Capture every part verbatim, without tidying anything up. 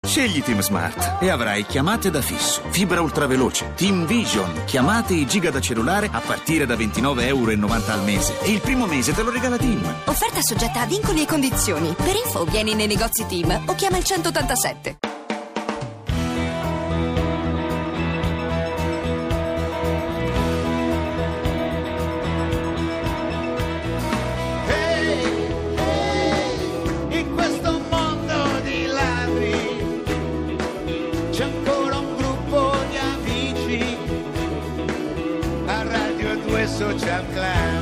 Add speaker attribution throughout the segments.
Speaker 1: Scegli Team Smart e avrai chiamate da fisso, fibra ultraveloce, Team Vision, chiamate e giga da cellulare a partire da ventinove virgola novanta euro al mese. E il primo mese te lo regala Team.
Speaker 2: Offerta soggetta a vincoli e condizioni. Per info vieni nei negozi Team o chiama il centottantasette.
Speaker 3: Social Club.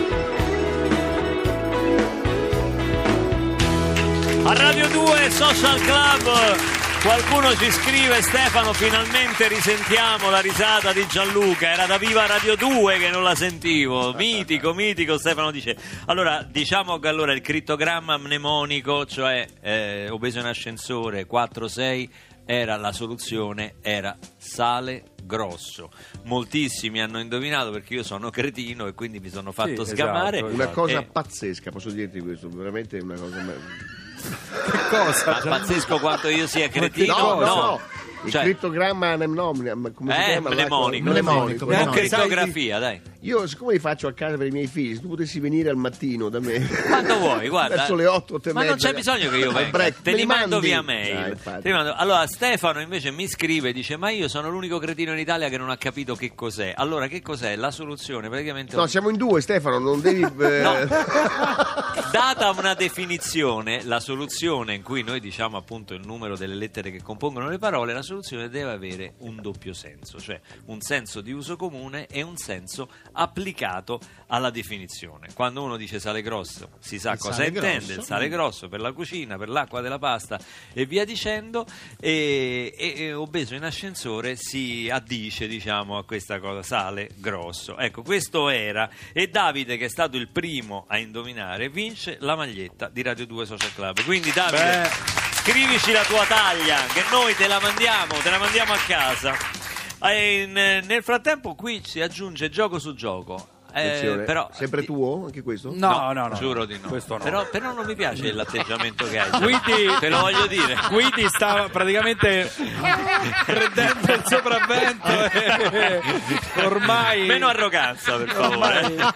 Speaker 4: A Radio due Social Club qualcuno ci scrive: Stefano, finalmente risentiamo la risata di Gianluca, era da viva Radio due che non la sentivo. Mitico, mitico. Stefano dice: allora, diciamo che allora il crittogramma mnemonico, cioè eh, obeso in ascensore quattro sei, era la soluzione, era sale grosso. Moltissimi hanno indovinato perché io sono cretino e quindi mi sono fatto sì, sgamare.
Speaker 5: Esatto, una cosa
Speaker 4: e...
Speaker 5: pazzesca, posso dirti questo, veramente una cosa.
Speaker 4: Che cosa? Ma pazzesco quanto io sia cretino?
Speaker 5: No, no,
Speaker 4: no.
Speaker 5: no. Il cioè... crittogramma mnemonico, come si
Speaker 4: eh,
Speaker 5: chiama?
Speaker 4: Mnemonico,
Speaker 5: mnemonico.
Speaker 4: È crittografia, dai.
Speaker 5: Io, siccome li faccio a casa per i miei figli, se tu potessi venire al mattino da me
Speaker 4: quando vuoi, guarda,
Speaker 5: verso le otto, otto e
Speaker 4: ma
Speaker 5: mezza,
Speaker 4: non c'è bisogno che io venga,
Speaker 5: break,
Speaker 4: te li mando via mail.
Speaker 5: Ah,
Speaker 4: te li mando. Allora Stefano invece mi scrive, dice: ma io sono l'unico cretino in Italia che non ha capito che cos'è. Allora che cos'è? La soluzione praticamente.
Speaker 5: No, siamo in due, Stefano, non devi eh...
Speaker 4: no. Data una definizione, la soluzione in cui noi diciamo appunto il numero delle lettere che compongono le parole, la soluzione deve avere un doppio senso, cioè un senso di uso comune e un senso applicato alla definizione. Quando uno dice sale grosso si sa il cosa intende, grosso. Il sale grosso per la cucina, per l'acqua della pasta e via dicendo, e, e, e obeso in ascensore si addice diciamo a questa cosa, sale grosso. Ecco, questo era, e Davide, che è stato il primo a indovinare, vince la maglietta di Radio due Social Club. Quindi Davide, beh, scrivici la tua taglia che noi te la mandiamo, te la mandiamo a casa. E nel frattempo qui si aggiunge gioco su gioco. Eh, però,
Speaker 5: sempre tuo anche questo?
Speaker 6: No,
Speaker 4: no,
Speaker 6: no, no,
Speaker 4: giuro
Speaker 6: no,
Speaker 4: di no.
Speaker 6: Questo no.
Speaker 4: Però, però non mi piace l'atteggiamento che hai.
Speaker 6: Guidi,
Speaker 4: te lo voglio dire.
Speaker 6: Guidi stava praticamente prendendo il sopravvento. E ormai.
Speaker 4: Meno arroganza, per favore.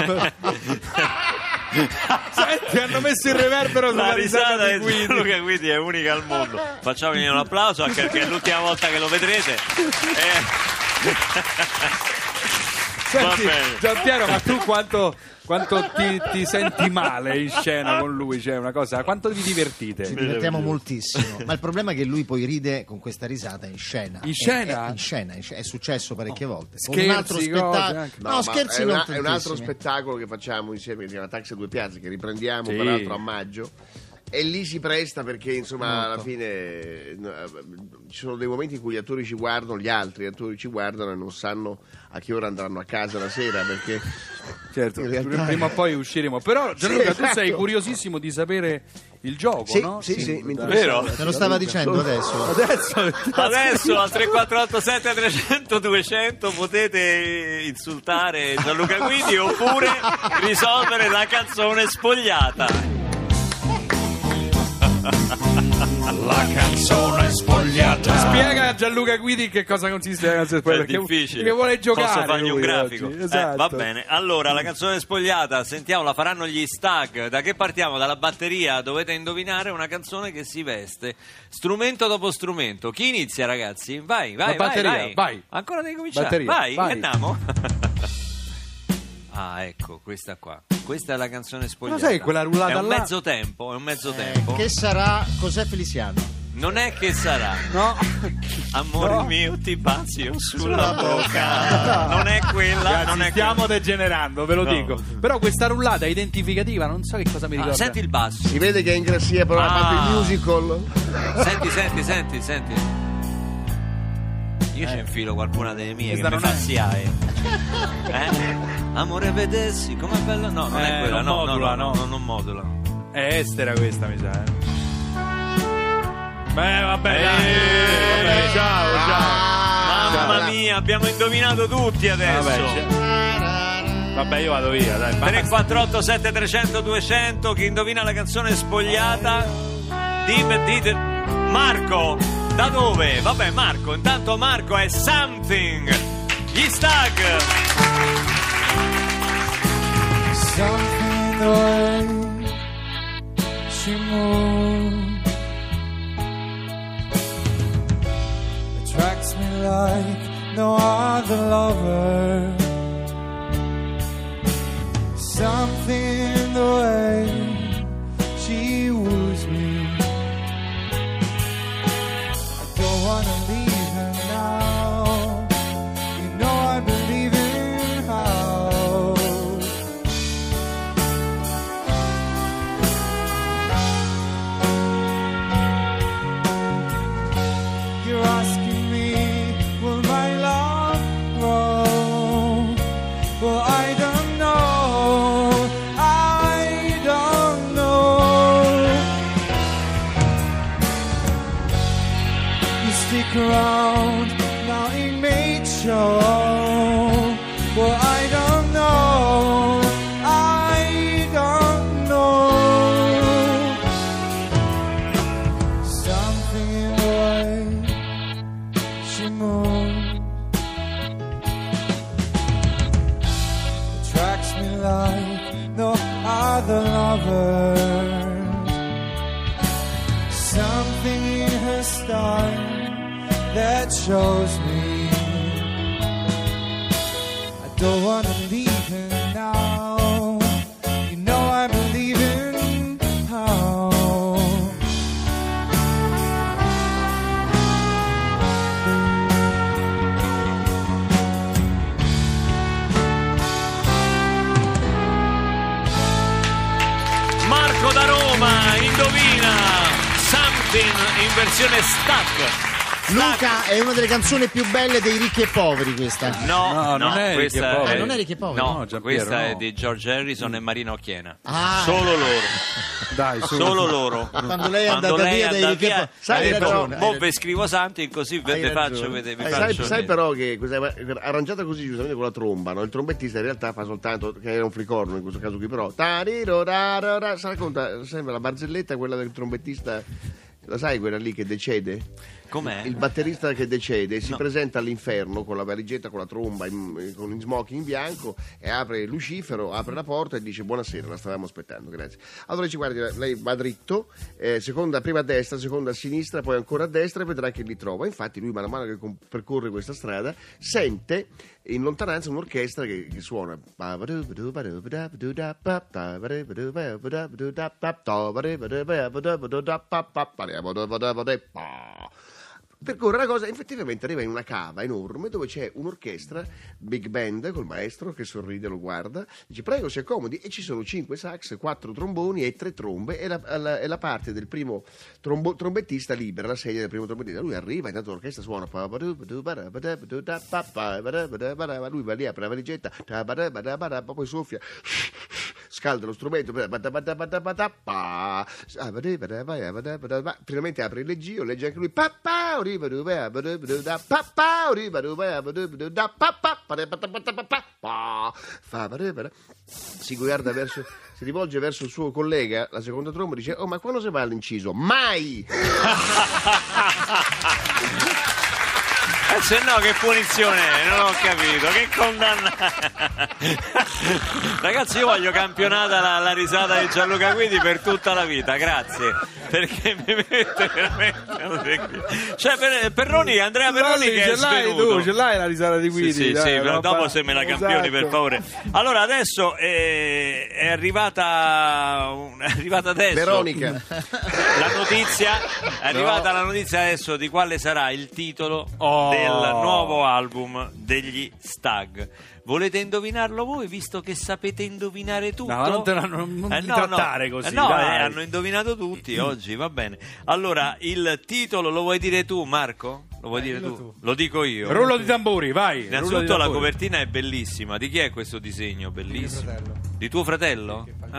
Speaker 6: Senti, hanno messo il reverbero sulla
Speaker 4: la risata
Speaker 6: di Guidi.
Speaker 4: Luca Guidi è unica al mondo. Facciamogli un applauso anche perché è l'ultima volta che lo vedrete. Eh.
Speaker 6: Senti, Giampiero, ma tu quanto, quanto ti, ti senti male in scena con lui? Cioè, una cosa, quanto vi divertite?
Speaker 7: Ci divertiamo moltissimo, ma il problema è che lui poi ride con questa risata in scena.
Speaker 6: In scena?
Speaker 7: È, è, in scena, è, è successo parecchie volte.
Speaker 6: Scherzi,
Speaker 7: con un altro spettacolo.
Speaker 5: No,
Speaker 7: no scherzi
Speaker 5: è,
Speaker 7: non
Speaker 5: una, è un altro
Speaker 7: tantissimi.
Speaker 5: spettacolo che facciamo insieme, che si chiama Taxi a Due Piazze, che riprendiamo
Speaker 6: sì.
Speaker 5: peraltro a maggio. E lì si presta perché insomma
Speaker 7: Molto.
Speaker 5: alla fine no, ci sono dei momenti in cui gli attori ci guardano, gli altri attori ci guardano e non sanno a che ora andranno a casa la sera, perché
Speaker 6: certo,
Speaker 5: realtà...
Speaker 6: prima o poi usciremo. Però Gianluca,
Speaker 5: sì,
Speaker 6: tu sei
Speaker 5: esatto.
Speaker 6: curiosissimo di sapere il gioco,
Speaker 5: sì,
Speaker 6: no?
Speaker 5: Sì, sì, sì, mi
Speaker 4: vero?
Speaker 7: Te lo stava dicendo adesso.
Speaker 6: Adesso,
Speaker 4: adesso al tre quattro otto sette trecento duecento potete insultare Gianluca Guidi oppure risolvere la canzone spogliata.
Speaker 6: La canzone spogliata. Spiega a Gianluca Guidi che cosa consiste la canzone spogliata.
Speaker 4: È difficile.
Speaker 6: Perché vuole giocare.
Speaker 4: Posso fargli un grafico.
Speaker 6: Esatto.
Speaker 4: Eh, va bene. Allora, la canzone spogliata, sentiamo, la faranno gli Stag. Da che partiamo? Dalla batteria. Dovete indovinare una canzone che si veste strumento dopo strumento. Chi inizia, ragazzi? Vai, vai,
Speaker 6: la batteria,
Speaker 4: vai, vai.
Speaker 6: vai.
Speaker 4: Ancora devi cominciare.
Speaker 6: Batteria,
Speaker 4: vai,
Speaker 6: vai.
Speaker 4: andiamo. Ah, ecco, questa qua. Questa è la canzone spogliata.
Speaker 6: Ma sai quella rullata
Speaker 4: È un
Speaker 6: là?
Speaker 4: mezzo tempo, è un mezzo
Speaker 7: Eh,
Speaker 4: tempo.
Speaker 7: che sarà? Cos'è Feliciano?
Speaker 4: Non è che sarà.
Speaker 6: No.
Speaker 4: Amore
Speaker 6: No.
Speaker 4: mio, ti bazio sulla bocca. Non è quella.
Speaker 6: Ragazzi,
Speaker 4: non è
Speaker 6: stiamo
Speaker 4: quella.
Speaker 6: degenerando, ve lo
Speaker 4: No.
Speaker 6: dico. Però questa rullata è identificativa, non so che cosa mi
Speaker 4: Ah,
Speaker 6: ricorda.
Speaker 4: senti il basso.
Speaker 5: si vede che è in grassia, però
Speaker 4: Ah.
Speaker 5: ha fatto il musical.
Speaker 4: Senti, senti, senti, senti. Io ci infilo qualcuna delle mie
Speaker 6: Questa
Speaker 4: che mi
Speaker 6: non
Speaker 4: fa
Speaker 6: è.
Speaker 4: SIAE. Eh? Amore, vedessi com'è bello. No, non
Speaker 6: Eh,
Speaker 4: è quella.
Speaker 6: non
Speaker 4: No,
Speaker 6: modula,
Speaker 4: no, no,
Speaker 6: no.
Speaker 4: no, non modula.
Speaker 6: È estera questa, mi sa. Eh. Beh, vabbè,
Speaker 4: Eh,
Speaker 6: dai. Vabbè, ciao, ciao.
Speaker 4: Mamma
Speaker 6: Ciao.
Speaker 4: mia, abbiamo indovinato tutti adesso.
Speaker 6: Vabbè, c'è- Vabbè, io vado via, dai.
Speaker 4: tre quattro otto sette trecento duecento. Chi indovina la canzone spogliata, dite, dite Marco, da dove? Vabbè, Marco, intanto Marco è Something, gli Stag.
Speaker 3: Something the way she moves attracts me like no other lover. Something in the way she woos me. I don't wanna leave her now. You know I believe in how. You're asking me, will my love grow? Well, I don't know. I don't know. You stick around, now it may show. Well, I don't know. I don't know. Something in the way she moves attracts me like no other lover. Something in her style that shows me I don't wanna leave her now. You know I believe in how.
Speaker 4: Marco da Roma, indovina Something in versione Stack.
Speaker 7: Luca, è una delle canzoni più belle dei Ricchi e Poveri questa.
Speaker 4: No,
Speaker 6: No, non è
Speaker 4: questa
Speaker 6: Ricchi e Poveri.
Speaker 7: Ah, non è Ricchi e Poveri?
Speaker 4: No,
Speaker 6: No, Giampiero,
Speaker 4: questa è
Speaker 6: no.
Speaker 4: di George Harrison e Marina Occhiena.
Speaker 7: Ah.
Speaker 4: Solo loro.
Speaker 6: Dai, su.
Speaker 4: Solo loro.
Speaker 7: Quando lei è
Speaker 4: Quando
Speaker 7: andata
Speaker 4: lei
Speaker 7: via
Speaker 4: è
Speaker 7: dai
Speaker 4: andata
Speaker 7: Ricchi e
Speaker 4: via,
Speaker 7: Poveri. Sai,
Speaker 4: ha
Speaker 7: hai
Speaker 4: detto,
Speaker 7: ragione,
Speaker 4: mo
Speaker 7: hai
Speaker 4: vi scrivo Santi così vi
Speaker 7: Hai
Speaker 4: vi faccio
Speaker 7: ragione.
Speaker 4: vedere, vi
Speaker 7: Eh,
Speaker 5: Sai,
Speaker 4: faccio
Speaker 5: sai
Speaker 4: vedere.
Speaker 5: però che cos'è, arrangiata così giustamente con la tromba, no? Il trombettista in realtà fa soltanto, che era un flicorno in questo caso qui, però tarirorarora, sa racconta, sembra la barzelletta quella del trombettista, la sai quella lì che decede?
Speaker 4: Com'è?
Speaker 5: Il batterista che decede si
Speaker 4: No.
Speaker 5: presenta all'inferno con la valigetta, con la tromba, in, con in smoking in bianco, e apre Lucifero, apre la porta e dice buonasera, la stavamo aspettando, grazie. Allora dice guardi, lei va dritto, eh, seconda, prima a destra, seconda a sinistra, poi ancora a destra e vedrà che li trova. Infatti lui, man mano che com- percorre questa strada, sente in lontananza un'orchestra che, che suona. Percorre la cosa, effettivamente arriva in una cava enorme dove c'è un'orchestra big band col maestro che sorride, lo guarda, dice prego si accomodi, e ci sono cinque sax, quattro tromboni e tre trombe, e la, la, e la parte del primo trombo, trombettista libera, la sedia del primo trombettista. Lui arriva, intanto l'orchestra suona, lui va lì, apre la valigetta, poi soffia, scalda lo strumento, finalmente apre il leggio, legge anche lui, papà, si guarda verso, si rivolge verso il suo collega, la seconda tromba, dice oh ma quando si va all'inciso? Mai!
Speaker 4: Eh, se no che punizione è? Non ho capito, che condanna. Ragazzi, io voglio campionata la, la risata di Gianluca Guidi per tutta la vita, grazie, perché mi mette veramente, cioè per, Perroni, Andrea Perroni
Speaker 6: Lolli,
Speaker 4: che
Speaker 6: ce
Speaker 4: è
Speaker 6: l'hai
Speaker 4: svenuto.
Speaker 6: tu, ce l'hai la risata di Guidi,
Speaker 4: sì, sì,
Speaker 6: dai,
Speaker 4: sì, però
Speaker 6: no,
Speaker 4: dopo
Speaker 6: fa-
Speaker 4: se me la campioni,
Speaker 6: esatto.
Speaker 4: per favore. Allora adesso eh, è arrivata è arrivata adesso
Speaker 5: Veronica,
Speaker 4: la notizia, è arrivata la notizia adesso di quale sarà il titolo
Speaker 6: Oh.
Speaker 4: del nuovo album degli Stag. Volete indovinarlo voi, visto che sapete indovinare tutto?
Speaker 6: No, ma non te la- non- non ti trattare così,
Speaker 4: Eh, no,
Speaker 6: dai.
Speaker 4: eh, hanno indovinato tutti oggi, va bene. Allora, il titolo lo vuoi dire tu, Marco? Lo vuoi dire tu?
Speaker 6: tu.
Speaker 4: Lo dico io.
Speaker 6: Rullo di tamburi, vai. rullo di
Speaker 4: Innanzitutto la
Speaker 6: tamburi.
Speaker 4: copertina è bellissima. Di chi è questo disegno? Bellissimo.
Speaker 6: fratello.
Speaker 4: Di tuo fratello?
Speaker 6: Che fa il
Speaker 4: Ah,
Speaker 6: grafico.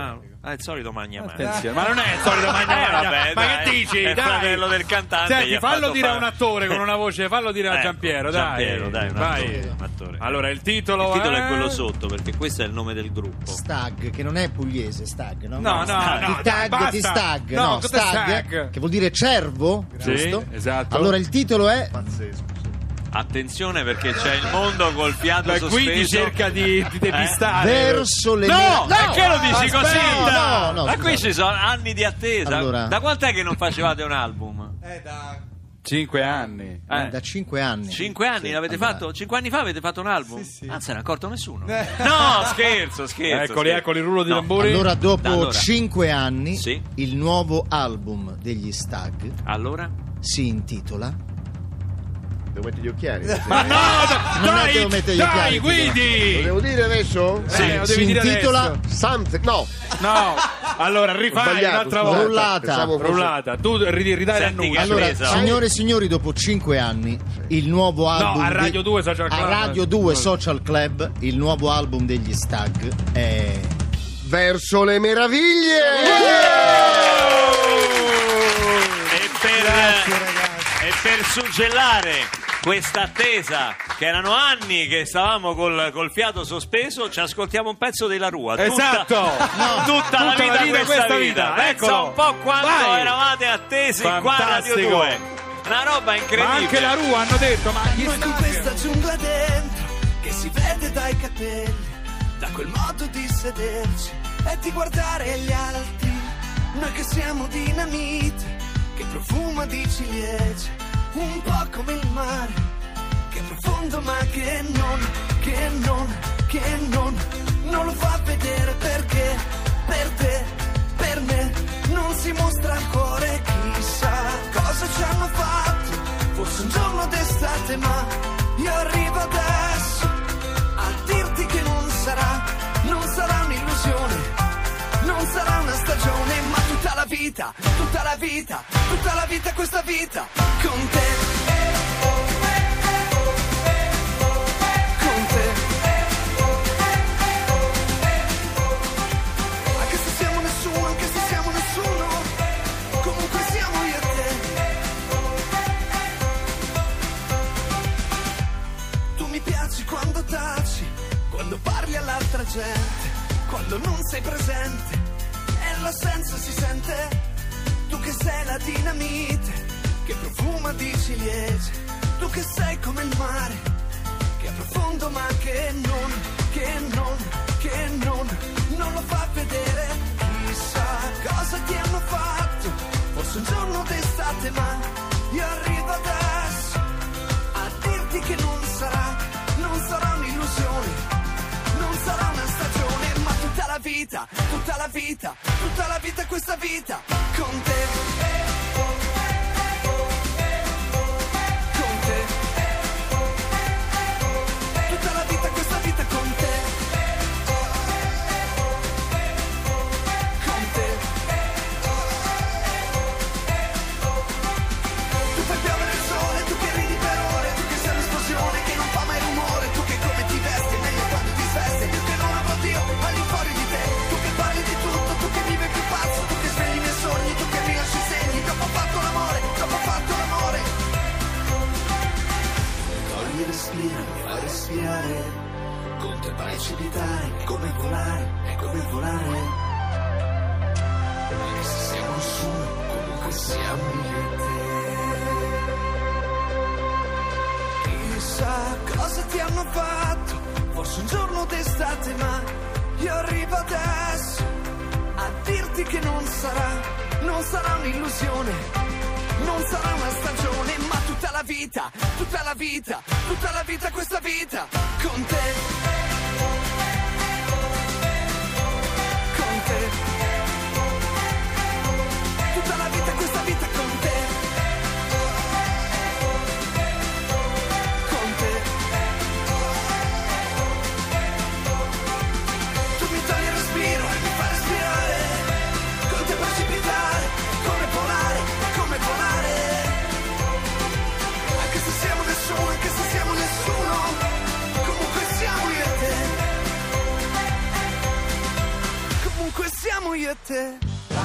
Speaker 4: Ah, il solito magna magna.
Speaker 6: Attenzione, ma non è il solito magna
Speaker 4: Eh,
Speaker 6: magna.
Speaker 4: vabbè,
Speaker 6: Ma
Speaker 4: dai,
Speaker 6: che dici?
Speaker 4: è il
Speaker 6: Dai.
Speaker 4: fratello del cantante. gli
Speaker 6: Senti,
Speaker 4: ha
Speaker 6: fallo
Speaker 4: fatto
Speaker 6: dire a
Speaker 4: fare-
Speaker 6: un attore con una voce, fallo dire a
Speaker 4: Ecco,
Speaker 6: Giampiero, dai.
Speaker 4: Giampiero, dai, un
Speaker 6: Vai.
Speaker 4: attore, un attore.
Speaker 6: Allora, il titolo,
Speaker 4: Il titolo
Speaker 6: eh?
Speaker 4: è quello sotto, perché questo è il nome del gruppo.
Speaker 7: Stag, che non è pugliese, stag, no?
Speaker 6: No, no,
Speaker 7: Stag.
Speaker 6: no,
Speaker 7: Ti
Speaker 6: dai,
Speaker 7: tag,
Speaker 6: basta.
Speaker 7: ti stag,
Speaker 6: No,
Speaker 7: no,
Speaker 6: cos'è
Speaker 7: stag,
Speaker 6: stag?
Speaker 7: che vuol dire cervo,
Speaker 6: Sì,
Speaker 7: giusto?
Speaker 6: esatto.
Speaker 7: Allora il titolo è
Speaker 5: Pazzesco.
Speaker 4: Attenzione perché c'è il mondo col fiato
Speaker 6: Beh,
Speaker 4: sospeso.
Speaker 6: quindi cerca di, di depistare.
Speaker 7: Verso le
Speaker 6: No,
Speaker 7: mie-
Speaker 6: perché lo dici
Speaker 7: aspetta,
Speaker 6: così?
Speaker 7: no, no,
Speaker 4: Ma qui
Speaker 7: scusate.
Speaker 4: ci sono anni di attesa.
Speaker 7: Allora.
Speaker 4: Da quant'è che non facevate un album?
Speaker 3: Eh, da...
Speaker 6: Cinque anni.
Speaker 4: Eh.
Speaker 7: Da cinque anni.
Speaker 4: Cinque anni
Speaker 7: Sì,
Speaker 4: l'avete
Speaker 7: allora.
Speaker 4: fatto? Cinque anni fa avete fatto un album?
Speaker 3: Sì, sì.
Speaker 4: Non se ne è accorto nessuno. No, scherzo, scherzo.
Speaker 6: Eccoli,
Speaker 4: scherzo.
Speaker 6: eccoli, il rullo di
Speaker 4: No.
Speaker 6: tamburi.
Speaker 7: Allora dopo
Speaker 4: Allora.
Speaker 7: cinque anni
Speaker 4: Sì.
Speaker 7: il nuovo album degli Stag
Speaker 4: Allora?
Speaker 7: si intitola
Speaker 5: Devo mettere gli occhiali.
Speaker 6: Ma no, da-
Speaker 7: Non è
Speaker 6: dai,
Speaker 7: che devo mettere gli
Speaker 6: dai,
Speaker 7: occhiali,
Speaker 5: Lo
Speaker 6: guidi.
Speaker 5: devo dire adesso?
Speaker 6: Sì, lo
Speaker 7: si
Speaker 6: devi dire
Speaker 7: intitola
Speaker 6: adesso.
Speaker 5: Something. No,
Speaker 6: No, allora rifai
Speaker 5: sbagliato,
Speaker 6: un'altra
Speaker 5: scusate.
Speaker 6: volta.
Speaker 7: Rullata.
Speaker 5: Pensavo fosse-
Speaker 6: Rullata, tu rid- ridai
Speaker 4: Senti
Speaker 6: l'annuncio.
Speaker 4: che-
Speaker 7: Allora,
Speaker 4: presa.
Speaker 7: signore e signori, dopo cinque anni il nuovo album
Speaker 6: a
Speaker 7: de-
Speaker 6: Radio due Social Club.
Speaker 7: a Radio due Social Club, il nuovo album degli Stag è
Speaker 5: Verso le meraviglie.
Speaker 4: E per, e per suggellare questa attesa, che erano anni che stavamo col, col fiato sospeso, ci ascoltiamo un pezzo della Rua. Tutta-
Speaker 6: Esatto.
Speaker 4: tutta,
Speaker 6: Tutta
Speaker 4: la vita, questa,
Speaker 6: questa
Speaker 4: vita.
Speaker 6: vita.
Speaker 4: Pensa
Speaker 6: Eccolo.
Speaker 4: un po' quanto
Speaker 6: Vai.
Speaker 4: eravate attesi qua a Radio
Speaker 6: Fantastico.
Speaker 4: due. Una roba incredibile.
Speaker 6: Ma anche la Rua hanno detto, ma chi
Speaker 8: Noi con questa giungla dentro, che si vede dai capelli, da quel modo di sederci e di guardare gli altri. Noi che siamo dinamite, che profuma di ciliegie, un po' come il mare, che è profondo ma che non, che non, che non, non lo fa vedere perché, per te, per me, non si mostra il cuore, chissà cosa ci hanno fatto, forse un giorno d'estate ma io arrivo adesso a dirti che non sarà, non sarà un'illusione, non sarà una stagione, ma tutta la vita, tutta la vita, tutta la vita, questa vita, con te. Con te. Anche se siamo nessuno, anche se siamo nessuno, comunque siamo io e te. Tu mi piaci quando taci, quando parli all'altra gente, quando non sei presente e l'assenza si sente. Tu che sei la dinamite, che profuma di ciliegie, tu che sei come il mare, che è profondo ma che non, che non, che non, non lo fa vedere. Chissà cosa ti hanno fatto, forse un giorno d'estate ma io arrivo adesso a dirti che non sarà, non sarà un'illusione, non sarà una stagione, ma tutta la vita, tutta la vita, tutta la vita, questa vita, con te. Con te. Tutta la vita, questa vita, con te. Con te. Tu fai piovere il sole, tu che ridi per ore, tu che sei un'esplosione che non fa mai rumore, tu che come ti vesti, meglio quando ti svesti, io che non avrò Dio all'infuori di te, tu che parli di tutto, tu che vivi più pazzo, tu che svegli i miei sogni, tu che mi lasci segni, dopo ho fatto l'amore, dopo ho fatto l'amore. Togli respiro, mi fai respirare, con te precipitare, è come volare, è come volare. Anche se siamo nessuno, comunque siamo io e te. Chissà cosa ti hanno fatto, forse un giorno d'estate ma io arrivo adesso a dirti che non sarà, non sarà un'illusione, non sarà una stagione, ma tutta la vita, tutta la vita, tutta la vita, questa vita, con te. Con te. Tutta la vita, questa vita, con te. Con te. Tu mi togli il respiro e mi fai respirare, con te precipitare, come volare, come volare. Anche se siamo nessuno, anche se siamo nessuno, comunque siamo io e te. Comunque siamo io te.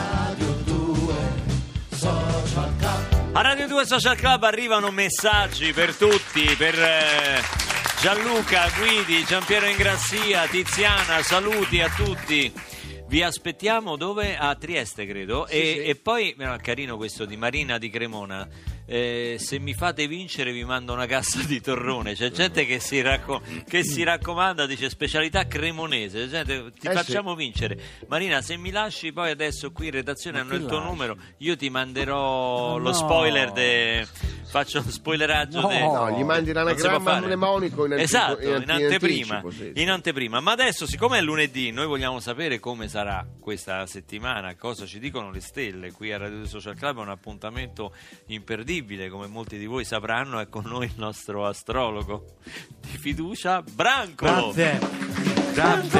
Speaker 4: A Radio due Social Club arrivano messaggi per tutti, per eh, Gianluca Guidi, Giampiero Ingrassia, Tiziana, saluti a tutti. Vi aspettiamo dove? A Trieste, credo.
Speaker 5: Sì,
Speaker 4: e,
Speaker 5: sì.
Speaker 4: e poi, no, carino questo di Marina di Cremona. Eh, se mi fate vincere vi mando una cassa di torrone. C'è gente che si, racco- che si raccomanda, dice specialità cremonese. Gente, ti
Speaker 5: Eh,
Speaker 4: facciamo vincere. Marina, se mi lasci poi adesso qui in redazione hanno il tuo
Speaker 6: lasci?
Speaker 4: numero, io ti manderò
Speaker 6: No.
Speaker 4: lo spoiler de... faccio lo spoileraggio
Speaker 6: No.
Speaker 4: de...
Speaker 5: No, gli mandi
Speaker 4: Non si può
Speaker 5: l'anagramma
Speaker 4: fare.
Speaker 5: mnemonico in, anticipo-
Speaker 4: esatto, in,
Speaker 5: in
Speaker 4: anteprima,
Speaker 5: anticipo, sì, sì.
Speaker 4: in anteprima. Ma adesso, siccome è lunedì, noi vogliamo sapere come sarà questa settimana, cosa ci dicono le stelle. Qui a Radio Social Club è un appuntamento imperdibile, come molti di voi sapranno. È con noi il nostro astrologo di fiducia, Branco.
Speaker 6: Grazie, grazie.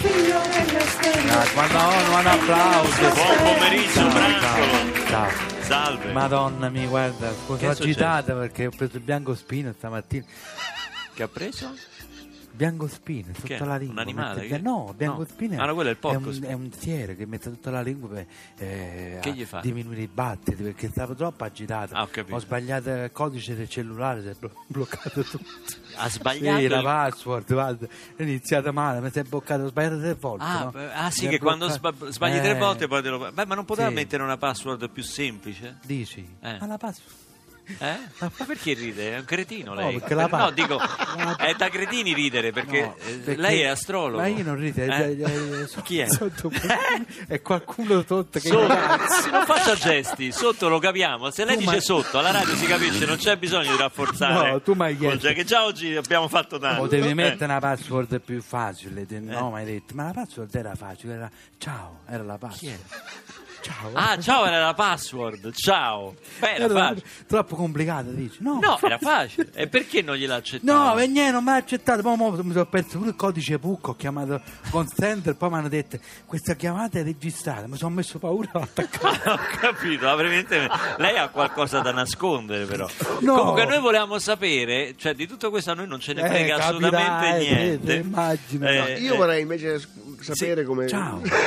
Speaker 6: Ah, quando ho un applauso.
Speaker 4: Buon pomeriggio,
Speaker 6: Ciao,
Speaker 4: Branco.
Speaker 6: ciao.
Speaker 4: Salve.
Speaker 6: Madonna mi guarda, sono
Speaker 4: Che è
Speaker 6: agitata perché ho preso il biancospino stamattina.
Speaker 4: Che ha preso?
Speaker 6: Biancospino sotto
Speaker 4: Che è?
Speaker 6: la lingua.
Speaker 4: Un animale?
Speaker 6: Mette-
Speaker 4: Che-
Speaker 6: No, biancospino
Speaker 4: no. Ah, no, quello è il
Speaker 6: è,
Speaker 4: porco.
Speaker 6: un, è un siero che mette sotto la lingua per eh,
Speaker 4: Che
Speaker 6: a
Speaker 4: gli fa?
Speaker 6: diminuire i battiti perché stavo troppo agitato.
Speaker 4: Ah, ho capito.
Speaker 6: Ho sbagliato il codice del cellulare, si è blo- bloccato tutto.
Speaker 4: Ha sbagliato
Speaker 6: Sì, la
Speaker 4: il-
Speaker 6: password, guarda, è iniziata male, mi si è bloccato, ho sbagliato tre volte.
Speaker 4: Ah,
Speaker 6: no?
Speaker 4: beh, ah, sì,
Speaker 6: Mi è
Speaker 4: che quando
Speaker 6: bloccato-
Speaker 4: sba- sbagli tre
Speaker 6: Eh,
Speaker 4: volte poi te lo... Beh, ma non poteva
Speaker 6: sì.
Speaker 4: mettere una password più semplice?
Speaker 6: Dici?
Speaker 4: Eh.
Speaker 6: Ma la password.
Speaker 4: Eh? Ma perché ride? È un cretino lei.
Speaker 6: No, perché la pa-
Speaker 4: No, dico, è da cretini ridere perché,
Speaker 6: No,
Speaker 4: eh,
Speaker 6: perché-
Speaker 4: lei è astrologo.
Speaker 6: Ma io non rido, è-
Speaker 4: Eh?
Speaker 6: è- è-
Speaker 4: Chi è?
Speaker 6: sotto- è qualcuno sotto che
Speaker 4: Sotto, non faccia gesti, sotto lo capiamo. Se lei
Speaker 6: Tu
Speaker 4: dice
Speaker 6: ma-
Speaker 4: sotto, alla radio si capisce, non c'è bisogno di rafforzare.
Speaker 6: No, tu m'hai chiesto.
Speaker 4: Cioè, che già oggi abbiamo fatto tanto.
Speaker 6: Potevi
Speaker 4: Eh.
Speaker 6: mettere una password più facile, te- no, mi hai detto, ma la password era facile, era ciao, era la password. Ciao.
Speaker 4: Ah, ciao, era la password. Ciao. Beh, era
Speaker 6: Era
Speaker 4: facile.
Speaker 6: troppo complicata, dici? No,
Speaker 4: No, era facile. E perché non gliel'ha accettato?
Speaker 6: No, e niente, non mi ha accettato. Poi mo mi sono perso pure il codice P U C, ho chiamato con center, poi mi hanno detto questa chiamata è registrata. Mi sono messo paura a attaccare.
Speaker 4: Ho capito, previdentemente lei ha qualcosa da nascondere però.
Speaker 6: No.
Speaker 4: Comunque noi volevamo sapere, cioè di tutto questo a noi non ce ne
Speaker 6: Eh,
Speaker 4: frega assolutamente
Speaker 6: capirai,
Speaker 4: niente.
Speaker 6: te- te immagina.
Speaker 4: Eh,
Speaker 6: No,
Speaker 5: Io
Speaker 4: eh,
Speaker 5: vorrei invece s- sapere come...
Speaker 6: Ciao. Sì,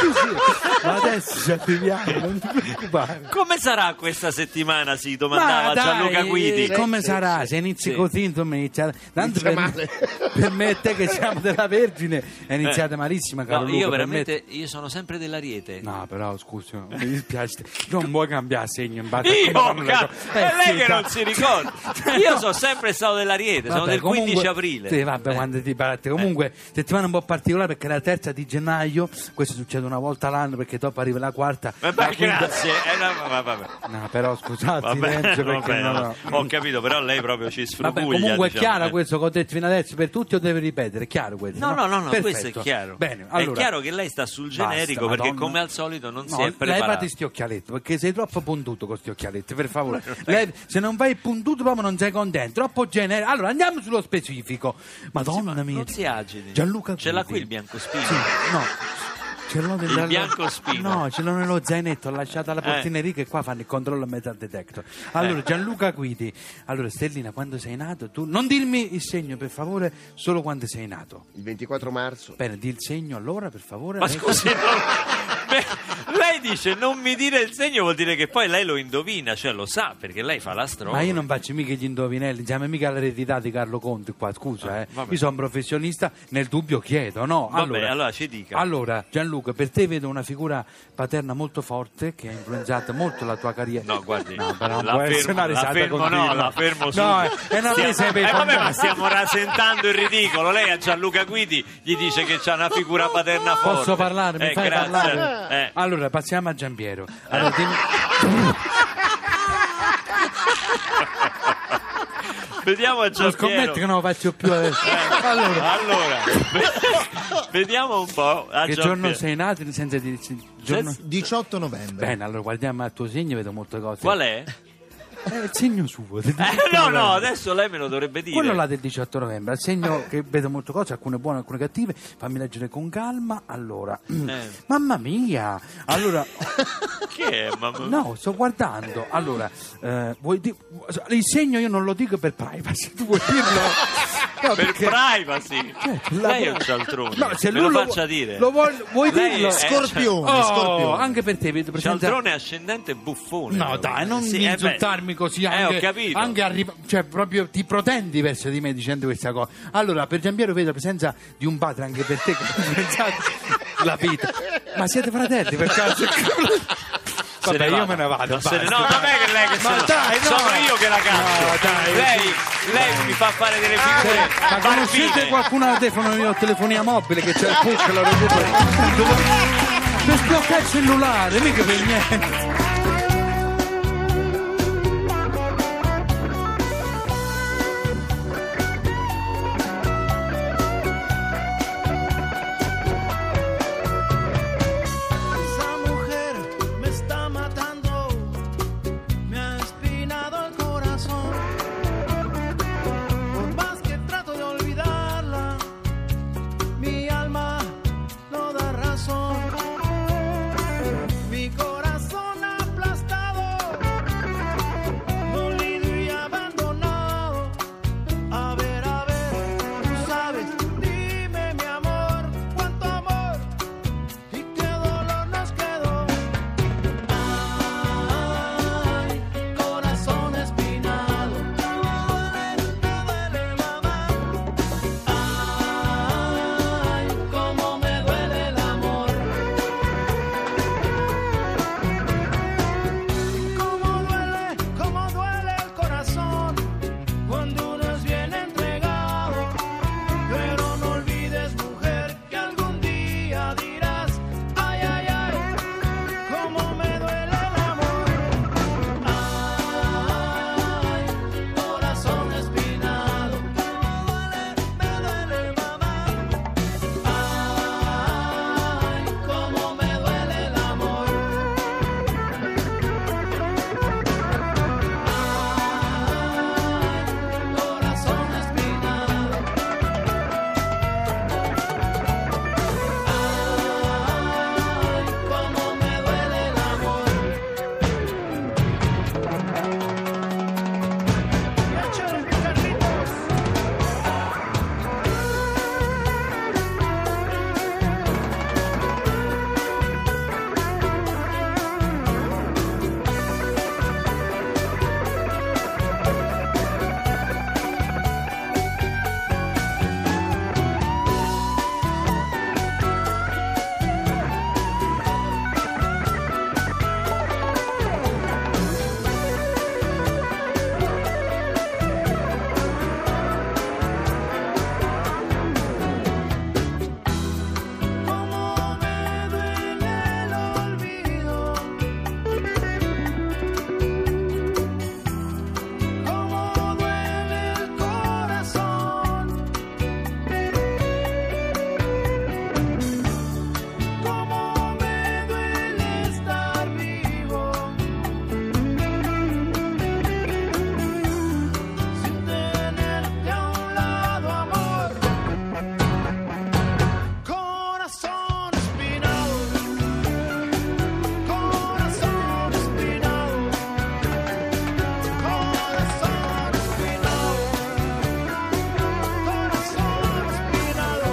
Speaker 6: sì, ma adesso ci arriviamo, non ti preoccupare.
Speaker 4: come sarà questa settimana? Si domandava
Speaker 6: Ma dai,
Speaker 4: Gianluca Guidi.
Speaker 6: eh, come
Speaker 5: Sì,
Speaker 6: sarà?
Speaker 5: sì,
Speaker 6: Se inizi
Speaker 4: sì.
Speaker 6: così, insomma, inizia... Tanto
Speaker 5: Inizia
Speaker 6: per,
Speaker 5: male.
Speaker 6: per me e te che siamo della Vergine è iniziata malissima, caro
Speaker 4: No,
Speaker 6: Luca,
Speaker 4: io
Speaker 6: per
Speaker 4: veramente, io sono sempre dell'Ariete.
Speaker 6: me- No, però scusi, mi dispiace. Non vuoi cambiare segno in base a
Speaker 4: Io,
Speaker 6: come fanno le
Speaker 4: ca-
Speaker 6: cose.
Speaker 4: è
Speaker 6: Eh,
Speaker 4: lei
Speaker 6: sì,
Speaker 4: che
Speaker 6: dai.
Speaker 4: non si ricorda. Io sono sempre stato dell'Ariete, sono
Speaker 6: Vabbè,
Speaker 4: del quindici
Speaker 6: comunque-
Speaker 4: aprile.
Speaker 6: Sì, vabbè,
Speaker 4: Eh.
Speaker 6: quando ti parte. Comunque, settimana un po' particolare perché è la terza di gennaio, questo succede una volta l'anno perché dopo arriva la quarta.
Speaker 4: Vabbè,
Speaker 6: la quinta-
Speaker 4: grazie. Eh, no, va- vabbè.
Speaker 6: No, però scusate,
Speaker 4: Vabbè,
Speaker 6: silenzio perché
Speaker 4: vabbè,
Speaker 6: no,
Speaker 4: no.
Speaker 6: no.
Speaker 4: Ho capito, però lei proprio ci sfruguglia.
Speaker 6: Vabbè, comunque
Speaker 4: diciamo.
Speaker 6: è chiaro
Speaker 4: Eh.
Speaker 6: questo che ho detto fino adesso per tutti o devo ripetere? È chiaro questo?
Speaker 4: No, no, no, no, questo è
Speaker 6: Perfetto.
Speaker 4: chiaro.
Speaker 6: Bene,
Speaker 4: È
Speaker 6: allora,
Speaker 4: chiaro che lei sta sul
Speaker 6: basta,
Speaker 4: generico perché
Speaker 6: Madonna.
Speaker 4: come al solito non
Speaker 6: No,
Speaker 4: si è preparato.
Speaker 6: levati sti occhialetti perché sei troppo puntuto con sti occhialetti, per favore. Lei- se non vai puntuto proprio non sei contento, troppo generico. Allora andiamo sullo specifico. Madonna mia.
Speaker 4: Non si agiti.
Speaker 6: Gianluca
Speaker 4: Ce l'ha
Speaker 6: Guidi.
Speaker 4: qui il biancospino.
Speaker 6: Sì, no. Ce l'ho nella-
Speaker 4: Il biancospino.
Speaker 6: No, ce l'ho nello zainetto, ho lasciato alla
Speaker 4: Eh.
Speaker 6: portineria che qua fanno il controllo a metal detector. Allora,
Speaker 4: Eh.
Speaker 6: Gianluca Guidi. Allora, Stellina, quando sei nato, tu non dirmi il segno, per favore, solo quando sei nato.
Speaker 5: Il ventiquattro marzo.
Speaker 6: Bene, di il segno allora, per favore.
Speaker 4: Ma
Speaker 6: Lei-
Speaker 4: scusi, non- Beh, lei dice non mi dire il segno, vuol dire che poi lei lo indovina, cioè lo sa perché lei fa l'astrologo.
Speaker 6: Ma io non faccio mica gli indovinelli, non siamo mica all'eredità di Carlo Conti qua, scusa, eh.
Speaker 4: vabbè.
Speaker 6: Io sono un professionista, nel dubbio chiedo, no?
Speaker 4: Vabbè, allora ci dica.
Speaker 6: Allora, Gianluca, per te vedo una figura paterna molto forte che ha influenzato molto la tua carriera.
Speaker 4: No, guardi,
Speaker 6: No, però non
Speaker 4: la
Speaker 6: può
Speaker 4: fermo,
Speaker 6: essere una
Speaker 4: la
Speaker 6: risata
Speaker 4: fermo
Speaker 6: continua.
Speaker 4: no, la fermo subito.
Speaker 6: No, è una
Speaker 4: Stiamo-
Speaker 6: presa per
Speaker 4: eh, vabbè, ma
Speaker 6: fondare.
Speaker 4: stiamo rasentando il ridicolo. Lei a Gianluca Guidi gli dice che c'ha una figura paterna forte.
Speaker 6: Posso parlare? Mi
Speaker 4: Eh,
Speaker 6: fai
Speaker 4: grazie.
Speaker 6: parlare?
Speaker 4: Eh.
Speaker 6: Allora, passiamo a Giampiero. Allora, dimmi-
Speaker 4: Vediamo a
Speaker 6: non
Speaker 4: Giampiero.
Speaker 6: scommetto che non lo faccio più adesso. Allora,
Speaker 4: Allora, vediamo un po' a
Speaker 6: che
Speaker 4: Giampiero.
Speaker 6: giorno sei nato? Senza di- giorno...
Speaker 7: diciotto novembre.
Speaker 6: Bene, allora guardiamo al tuo segno, vedo molte cose.
Speaker 4: Qual è?
Speaker 6: È il segno suo. del
Speaker 4: Eh,
Speaker 6: diciotto
Speaker 4: no, no,
Speaker 6: novembre.
Speaker 4: adesso lei me lo dovrebbe dire.
Speaker 6: Quello là del diciotto novembre, il segno che vedo molte cose, alcune buone, alcune cattive. Fammi leggere con calma. Allora,
Speaker 4: Eh.
Speaker 6: mamma mia. Allora,
Speaker 4: Che è, mamma?
Speaker 6: no, sto guardando. Allora, eh, vuoi di- il segno io non lo dico per privacy, tu vuoi dirlo?
Speaker 4: per
Speaker 6: perché-
Speaker 4: privacy.
Speaker 6: la-
Speaker 4: Lei è un cialtrone.
Speaker 6: No, se
Speaker 4: me
Speaker 6: lui
Speaker 4: lo
Speaker 6: lo,
Speaker 4: faccia dire.
Speaker 6: Lo vuoi, vuoi
Speaker 4: Lei
Speaker 6: dirlo?
Speaker 4: è-
Speaker 7: Scorpione,
Speaker 6: Oh,
Speaker 7: scorpione.
Speaker 6: anche per te vedo presenza.
Speaker 4: Cialtrone ascendente buffone.
Speaker 6: No,
Speaker 4: proprio.
Speaker 6: dai, non
Speaker 4: Sì,
Speaker 6: mi
Speaker 4: eh, beh.
Speaker 6: insultarmi così.
Speaker 4: Eh,
Speaker 6: Anche,
Speaker 4: ho capito.
Speaker 6: anche arri- cioè, proprio ti protendi verso di me dicendo questa cosa. Allora, per Giampiero vedo la presenza di un padre anche per te che ha pensato la vita. Ma siete fratelli per caso?
Speaker 4: Se
Speaker 6: Vabbè,
Speaker 4: ne
Speaker 6: io
Speaker 4: vada.
Speaker 6: me ne vado.
Speaker 4: Non se ne-
Speaker 6: basta,
Speaker 4: no,
Speaker 6: dai.
Speaker 4: non è che lei che se
Speaker 6: Ma
Speaker 4: ne-
Speaker 6: dai, no.
Speaker 4: sono io che la caccio.
Speaker 6: No, dai.
Speaker 4: lei, lei mi fa fare delle figure
Speaker 6: Ma conoscete
Speaker 4: barbine.
Speaker 6: qualcuno al telefono, io ho telefonia mobile che c'è il push, lo recupero. Per sbloccare il cellulare, mica per niente.
Speaker 8: Esa mujer me está matando, me ha espinado el corazón. Por más que trato de olvidarla, mi alma no da razón. Mi corazón aplastado, molido y abandonado. A ver, a ver, tú sabes, dime mi amor, cuánto amor y qué dolor nos quedó. Ay, corazón espinado, me duele, me duele, mamá. Ay, cómo me duele el amor. Cómo duele, cómo duele el corazón cuando uno es bien entregado. Pero no olvides, mujer, que algún día dirás: ay, ay, ay, cómo me duele el amor. Ay, corazón espinado, me duele, me duele, mamá. Ay, cómo me duele el amor. Ay, corazón espinado. Ay, cómo me duele el amor. Échale, mi Carlitos. Cómo me duele el olvido, cómo duele el corazón, cómo me duele estar vivo sin tenerte a un lado, amor. Corazón espinado, corazón espinado, corazón espinado, corazón espinado.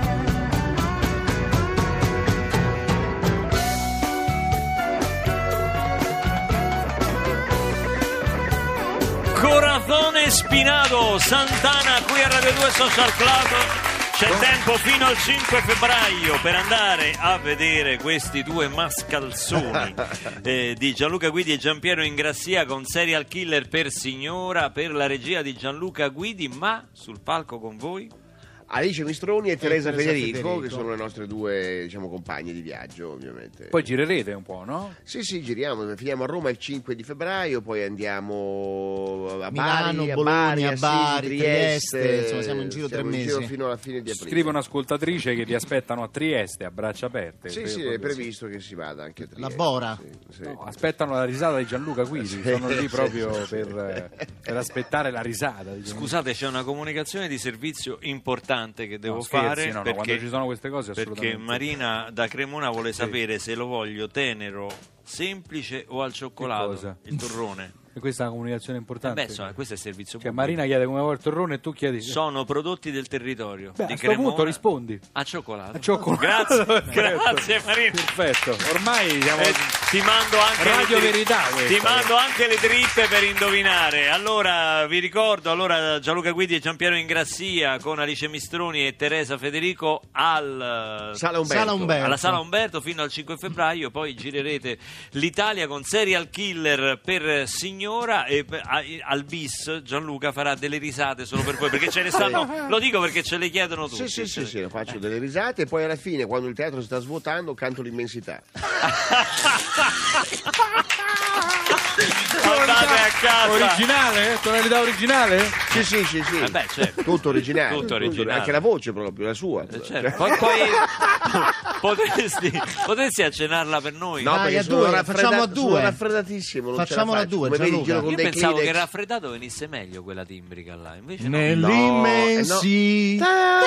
Speaker 4: Corazone Spinato, Santana qui a Radio due Social Club. C'è tempo fino al cinque febbraio per andare a vedere questi due mascalzoni eh, di Gianluca Guidi e Giampiero Ingrassia con Serial Killer per Signora, per la regia di Gianluca Guidi, ma sul palco con voi
Speaker 5: Alice Mistroni e Teresa,
Speaker 7: Teresa
Speaker 5: Federico,
Speaker 7: Federico,
Speaker 5: che sono le nostre due, diciamo, compagne di viaggio, ovviamente.
Speaker 6: Poi girerete un po', no?
Speaker 5: Sì, sì, giriamo, finiamo a Roma il cinque di febbraio, poi andiamo a
Speaker 7: Milano,
Speaker 5: Bari, a
Speaker 7: Bologna,
Speaker 5: Bari, Assisi,
Speaker 7: Bari,
Speaker 5: Trieste,
Speaker 7: Trieste, insomma, siamo in giro
Speaker 5: siamo
Speaker 7: tre
Speaker 5: in giro
Speaker 7: mesi.
Speaker 5: fino alla fine di aprile.
Speaker 6: Scrive un'ascoltatrice che vi aspettano a Trieste a braccia aperte.
Speaker 5: Sì, sì, è previsto che si vada anche a Trieste.
Speaker 7: La Bora?
Speaker 5: Sì, sì.
Speaker 6: No, aspettano la risata di Gianluca Guidi, sono lì proprio per, eh, per aspettare la risata. diciamo.
Speaker 4: Scusate, c'è una comunicazione di servizio importante che devo
Speaker 6: No, scherzi,
Speaker 4: fare
Speaker 6: no, no,
Speaker 4: perché,
Speaker 6: quando ci sono queste cose
Speaker 4: perché
Speaker 6: assolutamente.
Speaker 4: Marina da Cremona vuole sapere se lo voglio tenero, semplice o al
Speaker 6: Che
Speaker 4: cioccolato,
Speaker 6: cosa?
Speaker 4: il torrone.
Speaker 6: E questa è una comunicazione
Speaker 4: Eh
Speaker 6: importante.
Speaker 4: beh, insomma, questo è servizio
Speaker 6: Cioè,
Speaker 4: pubblico.
Speaker 6: Marina chiede come vuoi il torrone e tu chiedi.
Speaker 4: Sono prodotti del territorio.
Speaker 6: Beh,
Speaker 4: di
Speaker 6: a sto
Speaker 4: Cremona.
Speaker 6: punto rispondi.
Speaker 4: A cioccolato.
Speaker 6: A cioccolato.
Speaker 4: Grazie,
Speaker 6: Perfetto.
Speaker 4: grazie Marina.
Speaker 6: Perfetto. Ormai siamo
Speaker 4: Eh, ti mando anche
Speaker 6: Radio
Speaker 4: le dri-
Speaker 6: Verità questa.
Speaker 4: ti mando anche le dritte per indovinare. Allora vi ricordo allora Gianluca Guidi e Giampiero Ingrassia con Alice Mistroni e Teresa Federico al
Speaker 5: Sala Umberto.
Speaker 7: Sala Umberto.
Speaker 4: alla Sala Umberto fino al cinque febbraio, poi girerete l'Italia con Serial Killer per signora e per- a- al bis Gianluca farà delle risate solo per voi perché ce ne stanno, lo dico perché ce le chiedono tutti.
Speaker 5: Sì, sì, sì, sì, faccio delle risate e poi alla fine, quando il teatro si sta svuotando, canto l'immensità.
Speaker 4: Andate a casa.
Speaker 6: Originale? Tonalità originale?
Speaker 5: Sì, sì, sì, sì.
Speaker 4: Eh beh, certo.
Speaker 5: Tutto originale.
Speaker 4: Tutto originale.
Speaker 5: Anche la voce proprio, la sua.
Speaker 4: Eh, certo. Poi, poi potresti, potresti accennarla per noi?
Speaker 5: No,
Speaker 7: Dai,
Speaker 5: perché
Speaker 7: a
Speaker 5: sono
Speaker 7: due,
Speaker 5: raffreddato-
Speaker 7: facciamo a due.
Speaker 5: sono raffreddatissimo. Non ce la
Speaker 7: Facciamola a
Speaker 5: faccio.
Speaker 7: due,
Speaker 5: Come vedi,
Speaker 7: Gianluca.
Speaker 5: giro con
Speaker 4: Io
Speaker 5: dei
Speaker 4: pensavo
Speaker 5: Kleenex.
Speaker 4: che raffreddato venisse meglio quella timbrica là, invece no.
Speaker 7: Nell'immensità.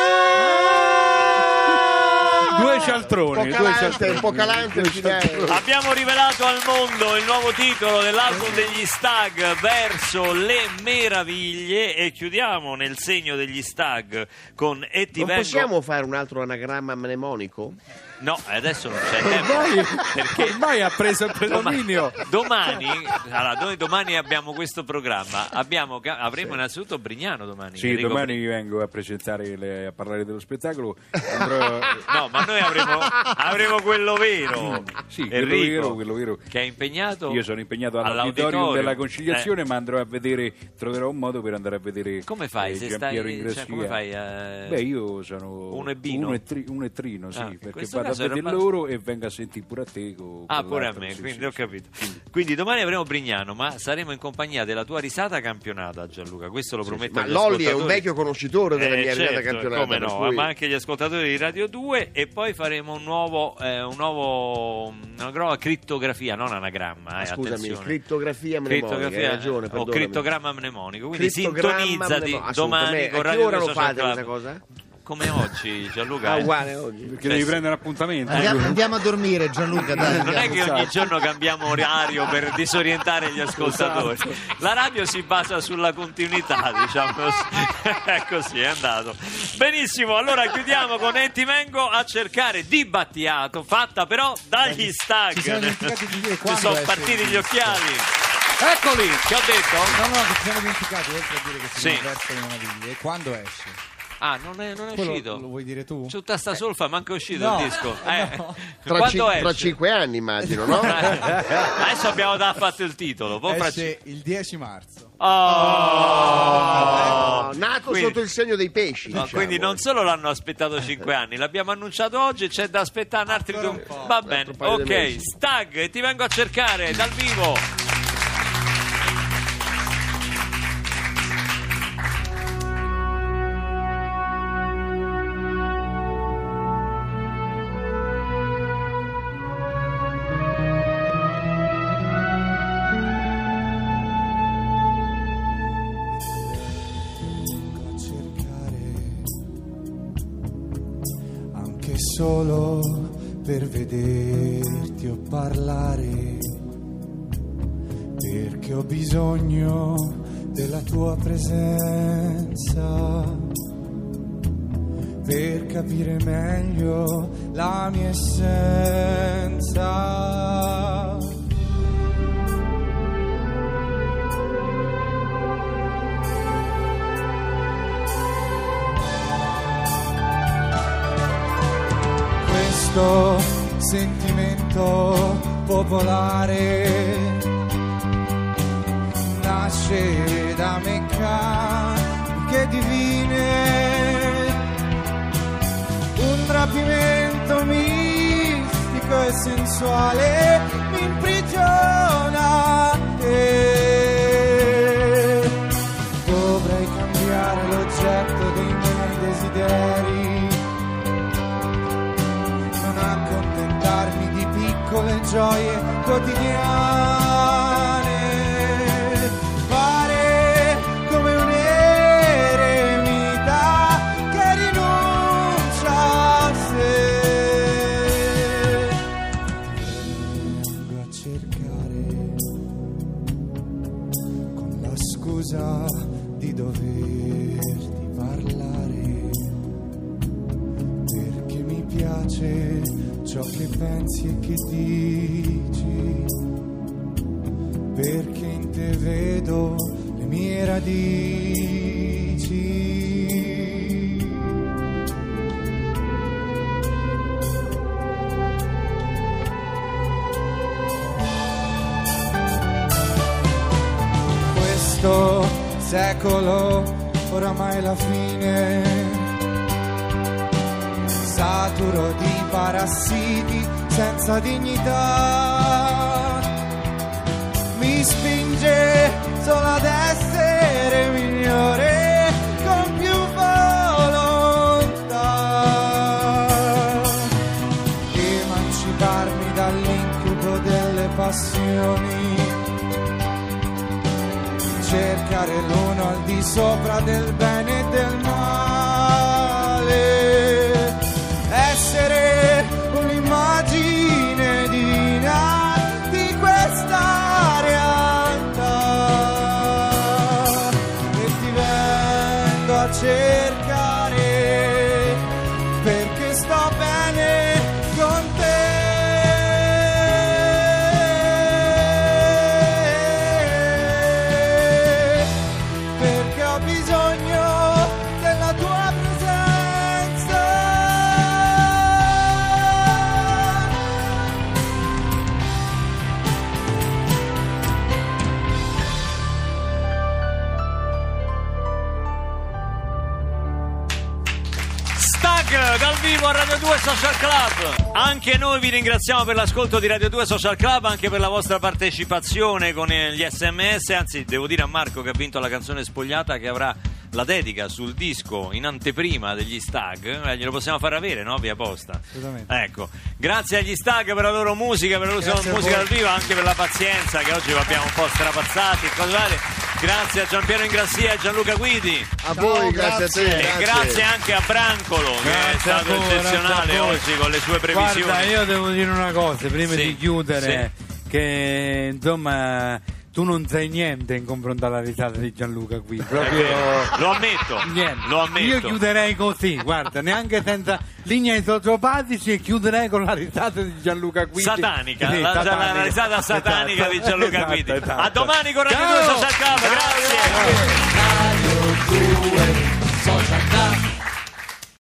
Speaker 6: Due cialtroni.
Speaker 5: Un po'
Speaker 6: due
Speaker 5: calante,
Speaker 6: cialtroni.
Speaker 5: un po' calante.
Speaker 6: Due
Speaker 5: ci dai.
Speaker 6: cialtroni.
Speaker 4: Abbiamo rivelato al mondo il nuovo titolo dell'album degli Stag, Verso le meraviglie, e chiudiamo nel segno degli Stag con E ti
Speaker 5: Non
Speaker 4: vengo.
Speaker 5: possiamo fare un altro anagramma mnemonico?
Speaker 4: No, adesso non c'è tempo
Speaker 6: Ormai,
Speaker 4: perché
Speaker 6: ormai ha preso il predominio.
Speaker 4: domani, allora, noi domani abbiamo questo programma, abbiamo, avremo innanzitutto Brignano domani.
Speaker 6: Sì,
Speaker 4: Enrico
Speaker 6: domani vengo a presentare le- a parlare dello spettacolo. Andrò-
Speaker 4: No, ma noi avremo, avremo quello vero.
Speaker 6: Sì, quello
Speaker 4: Enrico,
Speaker 6: vero, quello vero.
Speaker 4: che è impegnato.
Speaker 6: Io sono impegnato all'auditorium
Speaker 4: all'auditorium.
Speaker 6: della Conciliazione,
Speaker 4: Eh,
Speaker 6: ma andrò a vedere, troverò un modo per andare a vedere
Speaker 4: Come fai?
Speaker 6: eh,
Speaker 4: Se
Speaker 6: Giampiero
Speaker 4: stai,
Speaker 6: Ingrassia.
Speaker 4: cioè, come fai a...
Speaker 6: Beh, io sono
Speaker 4: Uno e Bino?
Speaker 6: uno e, tri- uno e trino, sì,
Speaker 4: Ah, in
Speaker 6: perché
Speaker 4: questo
Speaker 6: vado a
Speaker 4: caso era
Speaker 6: vedere
Speaker 4: abbastanza-
Speaker 6: loro e vengo a sentire pure a te. co-
Speaker 4: Ah,
Speaker 6: con
Speaker 4: pure a
Speaker 6: l'altro,
Speaker 4: me,
Speaker 6: sì,
Speaker 4: quindi
Speaker 6: sì,
Speaker 4: ho
Speaker 6: sì.
Speaker 4: capito. Quindi domani avremo Brignano, ma saremo in compagnia della tua risata campionata, Gianluca. Questo lo prometto
Speaker 5: Ma
Speaker 4: agli
Speaker 5: Lolli è un
Speaker 4: ascoltatori.
Speaker 5: vecchio conoscitore della
Speaker 4: Eh,
Speaker 5: mia risata
Speaker 4: certo,
Speaker 5: campionata.
Speaker 4: come
Speaker 5: per
Speaker 4: no,
Speaker 5: cui-
Speaker 4: ma anche gli ascoltatori di Radio due, e poi faremo un nuovo, eh, un nuovo una nuova crittografia, non anagramma, eh,
Speaker 5: Scusami,
Speaker 4: attenzione.
Speaker 5: crittografia mnemonica,
Speaker 4: Crittografia,
Speaker 5: hai ragione,
Speaker 4: o
Speaker 5: perdonami.
Speaker 4: crittogramma mnemonico, quindi
Speaker 5: Crittogramma
Speaker 4: sintonizzati
Speaker 5: mnemo-
Speaker 4: domani
Speaker 5: assolutamente.
Speaker 4: con
Speaker 5: A che
Speaker 4: Radio
Speaker 5: ora
Speaker 4: due
Speaker 5: lo
Speaker 4: Social
Speaker 5: fate
Speaker 4: Club.
Speaker 5: questa cosa?
Speaker 4: Come oggi, Gianluca.
Speaker 5: Ah,
Speaker 4: eh.
Speaker 5: uguale oggi.
Speaker 6: Perché devi
Speaker 4: Eh, sì.
Speaker 6: prendere appuntamento.
Speaker 7: Andiamo, andiamo a dormire, Gianluca. Dai,
Speaker 4: Non è
Speaker 7: andiamo.
Speaker 4: che ogni giorno cambiamo orario per disorientare gli ascoltatori. La radio si basa sulla continuità, diciamo. È così, è andato. Benissimo, allora chiudiamo con E ti vengo a cercare di Battiato, fatta però dagli Stag.
Speaker 3: Ci siamo dimenticati di dire
Speaker 4: Ci
Speaker 3: quando
Speaker 4: sono
Speaker 3: esce
Speaker 4: partiti
Speaker 3: il
Speaker 4: gli occhiali.
Speaker 6: Eccoli!
Speaker 4: Che ho detto?
Speaker 3: No, no, che ci siamo dimenticati, oltre a dire che si
Speaker 4: Sì.
Speaker 3: chiama Verso le meraviglie. E quando esce?
Speaker 4: Ah, non è, non è
Speaker 3: Quello
Speaker 4: uscito.
Speaker 3: lo vuoi dire tu?
Speaker 4: Tutta sta solfa, manca è uscito
Speaker 3: No,
Speaker 4: il disco. Eh.
Speaker 3: no.
Speaker 5: Tra,
Speaker 4: Quando
Speaker 5: cin-
Speaker 4: esce?
Speaker 5: tra cinque anni, immagino, no?
Speaker 4: Adesso abbiamo già fatto il titolo. Poi fra-
Speaker 3: Esce il dieci marzo.
Speaker 4: Oh!
Speaker 5: No, nato
Speaker 4: Quindi-
Speaker 5: sotto il segno dei pesci.
Speaker 4: No,
Speaker 5: diciamo.
Speaker 4: quindi non solo l'hanno aspettato cinque anni, l'abbiamo annunciato oggi, c'è da aspettare un altro
Speaker 3: Ancora
Speaker 4: due.
Speaker 3: un po'.
Speaker 4: Va
Speaker 5: Un
Speaker 4: bene,
Speaker 5: altro paio di
Speaker 4: ok.
Speaker 5: mesi.
Speaker 4: Stag, e ti vengo a cercare dal vivo.
Speaker 3: A cercare anche solo per vederti o parlare, perché ho bisogno della tua presenza per capire meglio la mia essenza. Questo sentimento popolare nasce da meccaniche divine, un rapimento mistico e sensuale mi imprigiona e dovrei cambiare l'oggetto dei miei desideri, non accontentarmi di piccole gioie quotidiane, fare come un eremita che rinuncia a sé. Ti vengo a cercare va di doverti parlare, perché mi piace ciò che pensi e che dici, perché in te vedo le mie radici. Questo secolo oramai è la fine, saturo di parassiti senza dignità, mi spinge solo ad essere migliore con più volontà, emanciparmi dall'incubo delle passioni, cercare l'uno al di sopra del bene e del male, essere un'immagine divina di questa realtà, e ti vengo a cercare perché sto bene con te.
Speaker 4: Dal vivo a Radio due Social Club. Anche noi vi ringraziamo per l'ascolto di Radio due Social Club, anche per la vostra partecipazione con gli sms. Anzi, devo dire a Marco che ha vinto la canzone Spogliata, che avrà la dedica sul disco in anteprima degli Stag. Eh, glielo possiamo far avere, no? Via posta.
Speaker 6: Assolutamente.
Speaker 4: Ecco, grazie agli Stag per la loro musica, per la loro musica dal vivo, anche per la pazienza che oggi vi abbiamo un po' strapazzati. Grazie a Giampiero Ingrassia e Gianluca Guidi.
Speaker 5: A voi, grazie a te.
Speaker 4: E grazie, grazie anche a Brancolo, che
Speaker 6: grazie
Speaker 4: è stato
Speaker 6: voi,
Speaker 4: eccezionale oggi con le sue previsioni.
Speaker 6: Guarda, io devo dire una cosa prima
Speaker 4: Sì,
Speaker 6: di chiudere,
Speaker 4: sì.
Speaker 6: che insomma tu non sai niente in confronto alla risata di Gianluca qui, proprio
Speaker 4: lo ammetto,
Speaker 6: niente.
Speaker 4: lo ammetto.
Speaker 6: Io chiuderei così, guarda, neanche senza linee sociopatici, e chiuderei con la risata di Gianluca Guidi.
Speaker 4: Satanica,
Speaker 6: Sì,
Speaker 4: la,
Speaker 6: satanica.
Speaker 4: la risata satanica
Speaker 6: Esatto,
Speaker 4: di Gianluca
Speaker 6: esatto,
Speaker 4: Guidi.
Speaker 6: esatto.
Speaker 4: A domani con Radio
Speaker 6: Ciao.
Speaker 4: due Social Club. Grazie.